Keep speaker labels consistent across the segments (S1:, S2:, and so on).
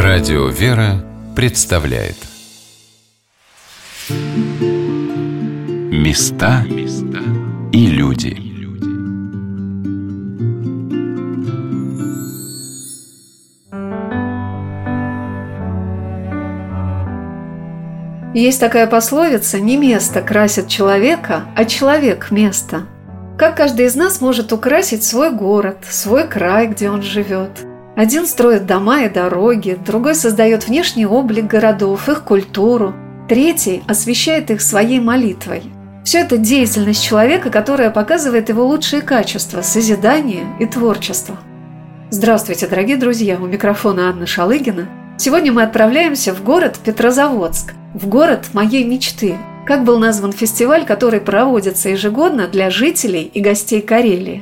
S1: Радио «Вера» представляет Места и люди.
S2: Есть такая пословица: не место красит человека, а человек место. Как каждый из нас может украсить свой город, свой край, где он живет? Один строит дома и дороги, другой создает внешний облик городов, их культуру, третий освещает их своей молитвой. Все это деятельность человека, которая показывает его лучшие качества – созидание и творчество. Здравствуйте, дорогие друзья! У микрофона Анна Шалыгина. Сегодня мы отправляемся в город Петрозаводск, в город моей мечты. Как был назван фестиваль, который проводится ежегодно для жителей и гостей Карелии.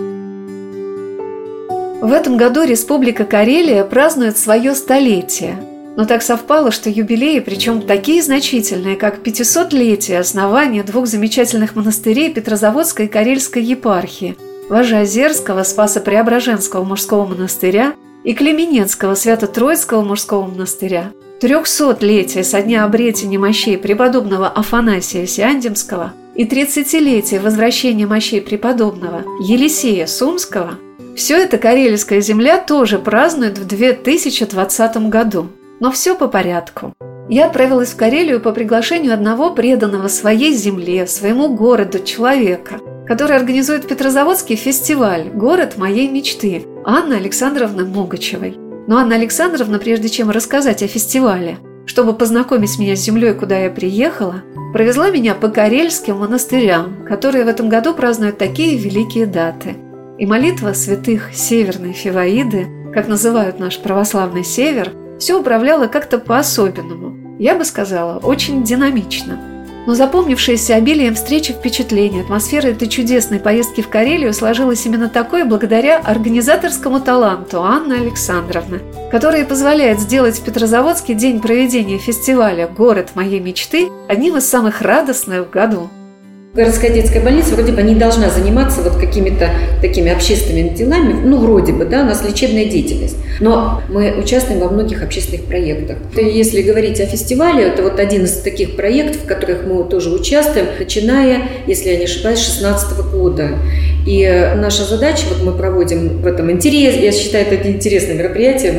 S2: В этом году Республика Карелия празднует свое столетие. Но так совпало, что юбилеи, причем такие значительные, как 500-летие основания двух замечательных монастырей Петрозаводской и Карельской епархии – Важеозерского Спасо-Преображенского мужского монастыря и Клеменецкого Свято-Троицкого мужского монастыря, 300-летие со дня обретения мощей преподобного Афанасия Сиандимского и 30-летие возвращения мощей преподобного Елисея Сумского – все это карельская земля тоже празднует в 2020 году. Но все по порядку. Я отправилась в Карелию по приглашению одного преданного своей земле, своему городу человека, который организует Петрозаводский фестиваль «Город моей мечты» Анны Александровны Мугачевой. Но Анна Александровна, прежде чем рассказать о фестивале, чтобы познакомить меня с землей, куда я приехала, провезла меня по карельским монастырям, которые в этом году празднуют такие великие даты. И молитва святых Северной Фиваиды, как называют наш православный север, все управляла как-то по-особенному. Я бы сказала, очень динамично. Но запомнившееся обилием встреч и впечатлений, атмосфера этой чудесной поездки в Карелию сложилась именно такой благодаря организаторскому таланту Анны Александровны, которая позволяет сделать в Петрозаводске день проведения фестиваля «Город моей мечты» одним из самых радостных в году.
S3: Городская детская больница вроде бы не должна заниматься вот какими-то такими общественными делами, вроде бы, да, у нас лечебная деятельность, но мы участвуем во многих общественных проектах. Если говорить о фестивале, это вот один из таких проектов, в которых мы тоже участвуем, начиная, если я не ошибаюсь, с 2016 года. И наша задача, вот мы проводим в этом интерес, я считаю, это интересное мероприятие.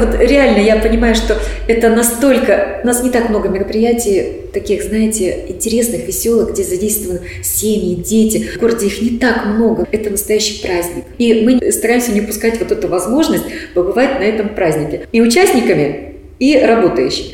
S3: Я понимаю, что это настолько, у нас не так много мероприятий таких, знаете, интересных, веселых, где задействованы семьи, дети. В городе их не так много. Это настоящий праздник. И мы стараемся не упускать вот эту возможность побывать на этом празднике. И участниками, и работающими.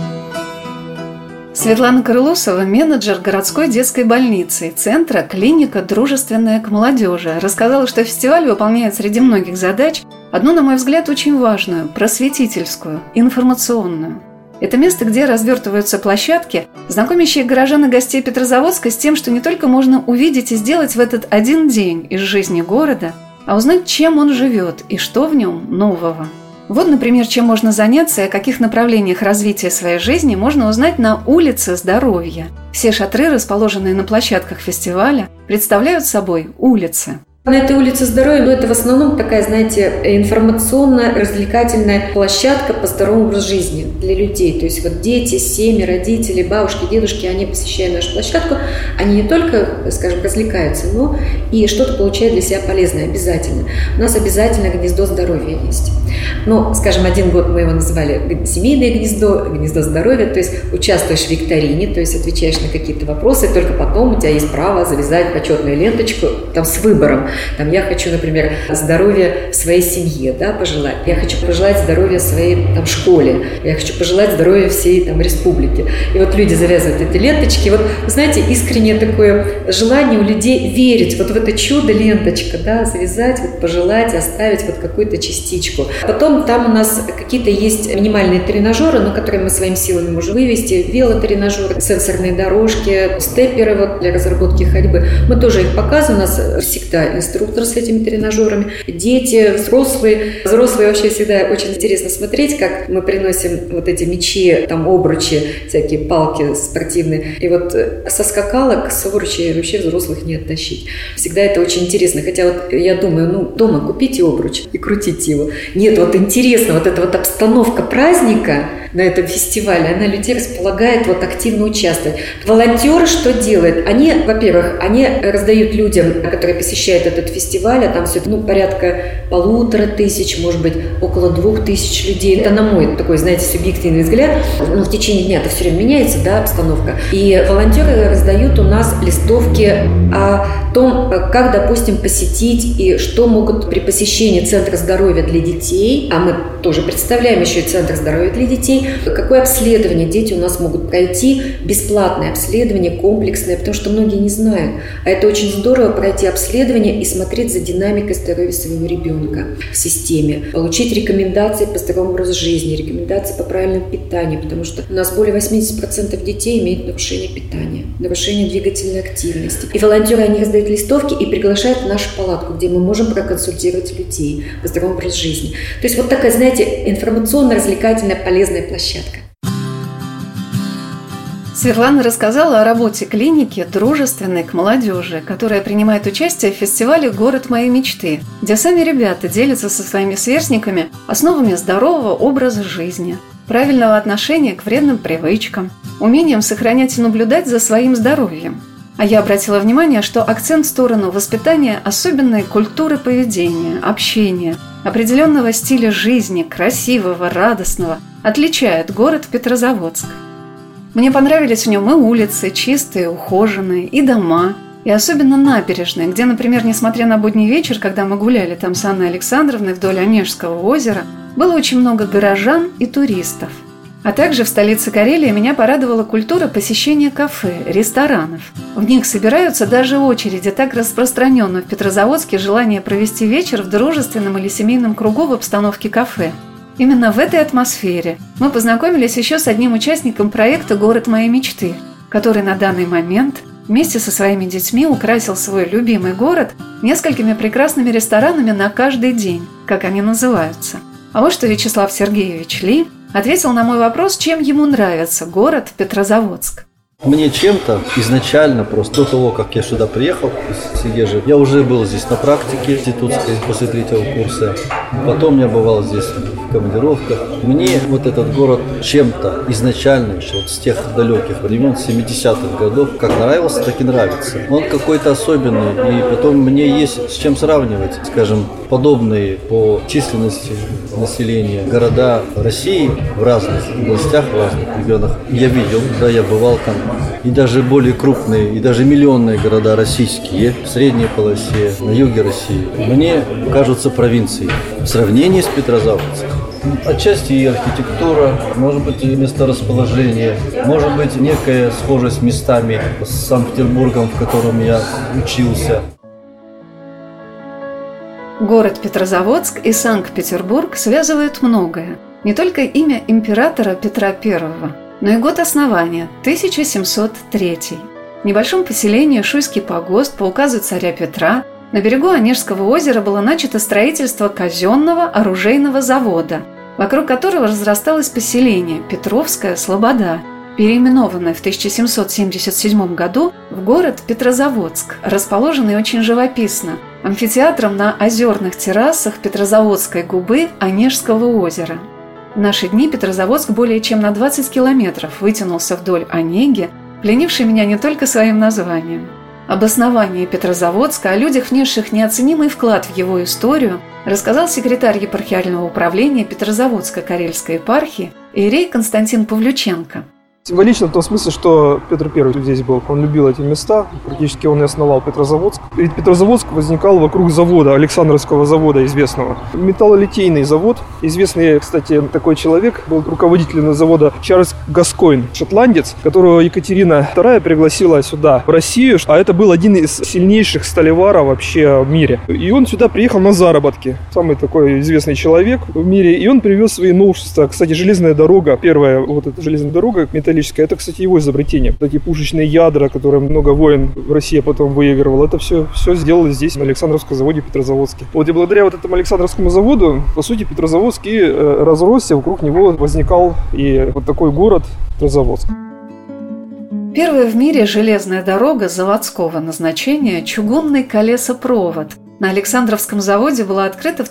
S2: Светлана Крылосова – менеджер городской детской больницы и центра «Клиника дружественная к молодежи», рассказала, что фестиваль выполняет среди многих задач одну, на мой взгляд, очень важную – просветительскую, информационную. Это место, где развертываются площадки, знакомящие горожан и гостей Петрозаводска с тем, что не только можно увидеть и сделать в этот один день из жизни города, а узнать, чем он живет и что в нем нового. Вот, например, чем можно заняться и о каких направлениях развития своей жизни можно узнать на улице Здоровья. Все шатры, расположенные на площадках фестиваля, представляют собой улицы.
S3: На этой улице Здоровья, это в основном такая, знаете, информационно-развлекательная площадка по здоровому образу жизни для людей. То есть вот дети, семьи, родители, бабушки, дедушки, они, посещая нашу площадку, они не только, скажем, развлекаются, но и что-то получают для себя полезное обязательно. У нас обязательно гнездо здоровья есть. Но, скажем, один год мы его называли семейное гнездо, гнездо здоровья, то есть участвуешь в викторине, то есть отвечаешь на какие-то вопросы, и только потом у тебя есть право завязать почетную ленточку там с выбором. Там, я хочу, например, здоровья своей семье, да, пожелать. Я хочу пожелать здоровья своей там, школе. Я хочу пожелать здоровья всей там, республике. И вот люди завязывают эти ленточки. Вот, знаете, искреннее такое желание у людей верить вот в это чудо ленточка, да, завязать, вот, пожелать, оставить вот какую-то частичку. Потом там у нас какие-то есть минимальные тренажеры, но которые мы своими силами можем вывести. Велотренажеры, сенсорные дорожки, степперы вот, для разработки ходьбы. Мы тоже их показываем. У нас всегда инструктор с этими тренажерами. Дети, взрослые. Взрослые вообще всегда очень интересно смотреть, как мы приносим вот эти мячи, там обручи, всякие палки спортивные. И вот со скакалок, с обручей вообще взрослых не оттащить. Всегда это очень интересно. Хотя вот я думаю, дома купите обруч и крутите его. Нет, вот интересно, вот эта вот обстановка праздника на этом фестивале, она людей располагает вот активно участвовать. Волонтеры что делают? Они, во-первых, они раздают людям, которые посещают этот фестиваль, а там все порядка 1500, может быть, около 2000 людей. Это на мой такой, знаете, субъективный взгляд. Но в течение дня это все время меняется, да, обстановка. И волонтеры раздают у нас листовки о том, как, допустим, посетить и что могут при посещении Центра здоровья для детей, а мы тоже представляем еще и Центр здоровья для детей, какое обследование дети у нас могут пройти, бесплатное обследование, комплексное, потому что многие не знают. А это очень здорово пройти обследование и смотреть за динамикой здоровья своего ребенка в системе, получить рекомендации по здоровому образу жизни, рекомендации по правильному питанию, потому что у нас более 80% детей имеют нарушение питания, нарушение двигательной активности. И волонтеры, они раздают листовки и приглашают в нашу палатку, где мы можем проконсультировать людей по здоровому образу жизни. То есть вот такая, знаете, информационно-развлекательная, полезная площадка.
S2: Светлана рассказала о работе клиники, дружественной к молодежи, которая принимает участие в фестивале «Город моей мечты», где сами ребята делятся со своими сверстниками основами здорового образа жизни, правильного отношения к вредным привычкам, умением сохранять и наблюдать за своим здоровьем. А я обратила внимание, что акцент в сторону воспитания особенной культуры поведения, общения, определенного стиля жизни, красивого, радостного, отличает город Петрозаводск. Мне понравились в нем и улицы, чистые, ухоженные, и дома, и особенно набережные, где, например, несмотря на будний вечер, когда мы гуляли там с Анной Александровной вдоль Онежского озера, было очень много горожан и туристов. А также в столице Карелии меня порадовала культура посещения кафе, ресторанов. В них собираются даже очереди, так распространенно в Петрозаводске желание провести вечер в дружественном или семейном кругу в обстановке кафе. Именно в этой атмосфере мы познакомились еще с одним участником проекта «Город моей мечты», который на данный момент вместе со своими детьми украсил свой любимый город несколькими прекрасными ресторанами на каждый день, как они называются. А вот что Вячеслав Сергеевич Ли ответил на мой вопрос, чем ему нравится город Петрозаводск.
S4: Мне чем-то изначально, просто до того, как я сюда приехал из Сегежи, я уже был здесь на практике институтской после 3-го курса. Потом я бывал здесь в командировках. Мне вот этот город чем-то изначально, еще вот с тех далеких времен, 70-х годов, как нравился, так и нравится. Он какой-то особенный, и потом мне есть с чем сравнивать, скажем, подобные по численности населения города России в разных областях, в разных регионах. Я видел, да, я бывал там. И даже более крупные, и даже миллионные города российские в средней полосе, на юге России, мне кажутся провинцией в сравнении с Петрозаводском. Отчасти и архитектура, может быть, и месторасположение, может быть, некая схожесть местами с Санкт-Петербургом, в котором я учился.
S2: Город Петрозаводск и Санкт-Петербург связывают многое. Не только имя императора Петра I, но и год основания – 1703. В небольшом поселении Шуйский погост по указу царя Петра на берегу Онежского озера было начато строительство казенного оружейного завода, вокруг которого разрасталось поселение Петровская Слобода, переименованное в 1777 году в город Петрозаводск, расположенный очень живописно, амфитеатром на озерных террасах Петрозаводской губы Онежского озера. В наши дни Петрозаводск более чем на 20 километров вытянулся вдоль Онеги, пленивший меня не только своим названием. Об основании Петрозаводска, о людях, внесших неоценимый вклад в его историю, рассказал секретарь епархиального управления Петрозаводской Карельской епархии иерей Константин Павлюченко.
S5: Символично в том смысле, что Петр I здесь был. Он любил эти места, практически он и основал Петрозаводск. Ведь Петрозаводск возникал вокруг завода, Александровского завода известного. Металлолитейный завод. Известный, кстати, такой человек, был руководителем завода Чарльз Гаскойн, шотландец, которого Екатерина II пригласила сюда, в Россию. А это был один из сильнейших сталеваров вообще в мире. И он сюда приехал на заработки. Самый такой известный человек в мире. И он привез свои новшества. Кстати, железная дорога, первая вот эта железная дорога, металлическая, металлическая. Это, кстати, его изобретение. Вот эти пушечные ядра, которые много войн в России потом выигрывала, это все сделали здесь, на Александровском заводе Петрозаводске. Вот и благодаря вот этому Александровскому заводу, по сути, Петрозаводский разросся, вокруг него возникал и вот такой город Петрозаводск.
S2: Первая в мире железная дорога заводского назначения – чугунный колесопровод. На Александровском заводе была открыта в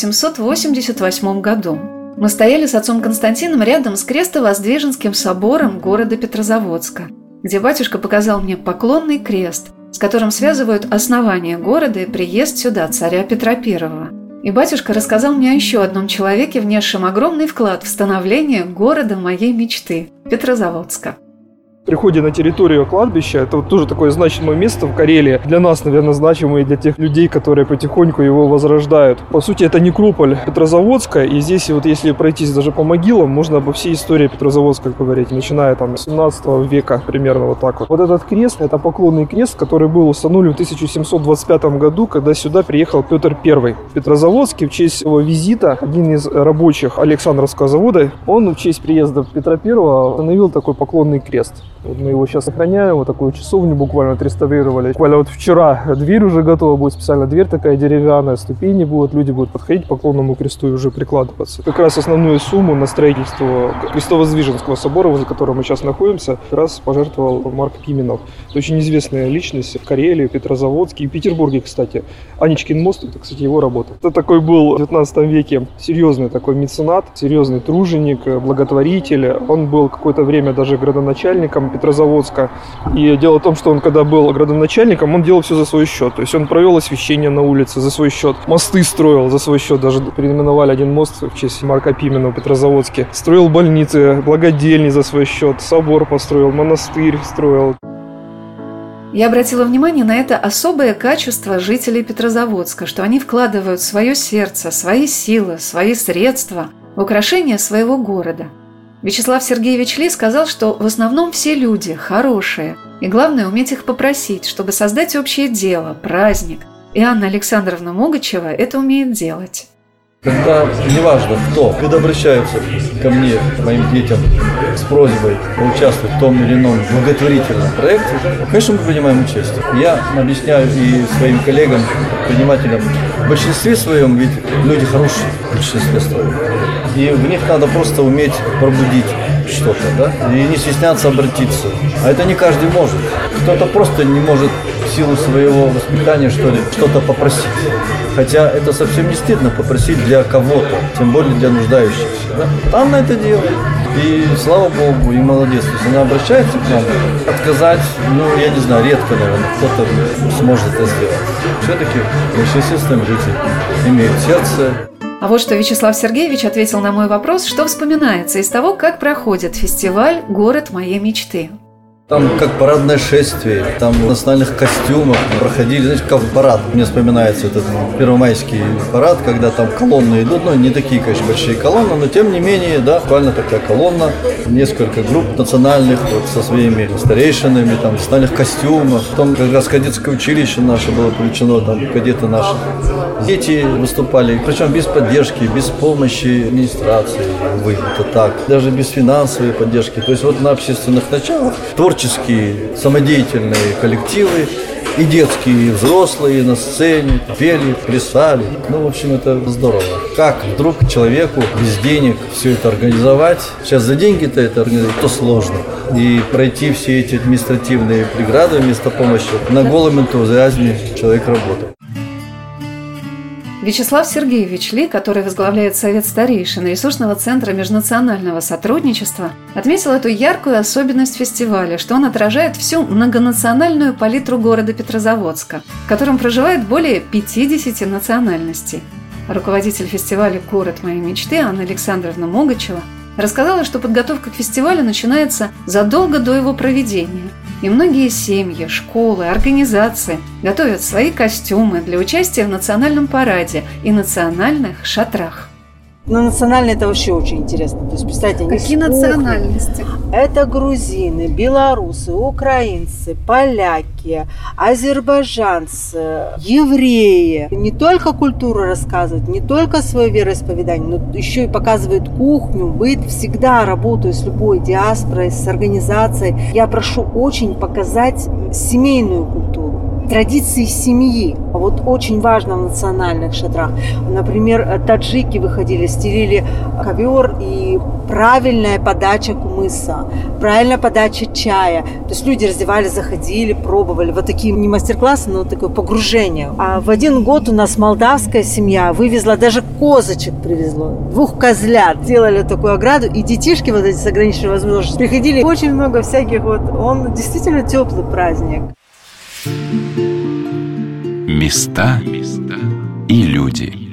S2: 1788 году. Мы стояли с отцом Константином рядом с Крестовоздвиженским собором города Петрозаводска, где батюшка показал мне поклонный крест, с которым связывают основание города и приезд сюда царя Петра I. И батюшка рассказал мне о еще одном человеке, внесшем огромный вклад в становление города моей мечты – Петрозаводска.
S5: При входе на территорию кладбища, это вот тоже такое значимое место в Карелии, для нас, наверное, значимое, и для тех людей, которые потихоньку его возрождают. По сути, это некрополь Петрозаводска, и здесь вот если пройтись даже по могилам, можно обо всей истории Петрозаводска говорить, начиная там с 17 века, примерно вот так вот. Вот этот крест, это поклонный крест, который был установлен в 1725 году, когда сюда приехал Петр I. Петрозаводский в честь его визита, один из рабочих Александровского завода, он в честь приезда Петра I установил такой поклонный крест. Вот мы его сейчас сохраняем, вот такую часовню буквально отреставрировали. Буквально вот вчера дверь уже готова будет, специально дверь такая деревянная, ступени будут, люди будут подходить к поклонному кресту и уже прикладываться. Как раз основную сумму на строительство Крестовоздвиженского собора, возле которого мы сейчас находимся, как раз пожертвовал Марк Пименов. Это очень известная личность в Карелии, в Петрозаводске и в Петербурге, кстати. Аничкин мост, это, кстати, его работа. Это такой был в 19 веке серьезный такой меценат, серьезный труженик, благотворитель. Он был какое-то время даже градоначальником Петрозаводска. И дело в том, что он, когда был градоначальником, он делал все за свой счет. То есть он провел освещение на улице за свой счет, мосты строил за свой счет, даже переименовали один мост в честь Марка Пименова в Петрозаводске. Строил больницы, благодельни за свой счет, собор построил, монастырь строил.
S2: Я обратила внимание на это особое качество жителей Петрозаводска, что они вкладывают свое сердце, свои силы, свои средства в украшение своего города. Вячеслав Сергеевич Ли сказал, что в основном все люди хорошие, и главное уметь их попросить, чтобы создать общее дело, праздник. И Анна Александровна Могачева это умеет делать.
S4: Когда, неважно кто, когда обращаются ко мне, к моим детям с просьбой поучаствовать в том или ином благотворительном проекте, конечно, мы принимаем участие. Я объясняю и своим коллегам, предпринимателям, в большинстве своем ведь люди хорошие, в большинстве своем. И в них надо просто уметь пробудить что-то, да, и не стесняться обратиться. А это не каждый может. Кто-то просто не может в силу своего воспитания, что ли, что-то попросить. Хотя это совсем не стыдно попросить для кого-то, тем более для нуждающихся. Да? Анна это делает. И слава Богу, и молодец. То есть она обращается к нам, отказать, я не знаю, редко, наверное, кто-то сможет это сделать. Все-таки большинство люди имеют сердце.
S2: А вот что Вячеслав Сергеевич ответил на мой вопрос, что вспоминается из того, как проходит фестиваль «Город моей мечты».
S4: Там как парадное шествие, там в национальных костюмах проходили, знаете, как парад. Мне вспоминается этот первомайский парад, когда там колонны идут, не такие, конечно, большие колонны, но тем не менее, да, буквально такая колонна, несколько групп национальных, вот, со своими старейшинами, там, в национальных костюмах. Потом как раз кадетское училище наше было включено, там, кадеты наши. Дети выступали, причем без поддержки, без помощи администрации, увы, это так, даже без финансовой поддержки. То есть вот на общественных началах творческие, самодеятельные коллективы, и детские, и взрослые на сцене пели, плясали. В общем, это здорово. Как вдруг человеку без денег все это организовать? Сейчас за деньги-то это организовать, то сложно. И пройти все эти административные преграды вместо помощи на голом энтузиазме человек работает.
S2: Вячеслав Сергеевич Ли, который возглавляет Совет старейшин Ресурсного центра межнационального сотрудничества, отметил эту яркую особенность фестиваля, что он отражает всю многонациональную палитру города Петрозаводска, в котором проживает более 50 национальностей. Руководитель фестиваля «Город моей мечты» Анна Александровна Могачева рассказала, что подготовка к фестивалю начинается задолго до его проведения. И многие семьи, школы, организации готовят свои костюмы для участия в национальном параде и национальных шатрах.
S6: Но национально это вообще очень интересно. То есть, представьте,
S2: какие национальности?
S6: Это грузины, белорусы, украинцы, поляки, азербайджанцы, евреи. Не только культуру рассказывают, не только свое вероисповедание, но еще и показывают кухню, быт. Всегда работаю с любой диаспорой, с организацией. Я прошу очень показать семейную культуру, традиции семьи. Вот очень важно в национальных шатрах. Например, таджики выходили, стелили ковер и правильная подача кумыса, правильная подача чая. То есть люди раздевались, заходили, пробовали. Вот такие не мастер-классы, но такое погружение. А в один год у нас молдавская семья вывезла, даже козочек привезла, 2 козлят. Делали такую ограду, и детишки вот эти с ограниченной возможностью приходили. Очень много всяких вот. Он действительно теплый праздник.
S1: Места и люди.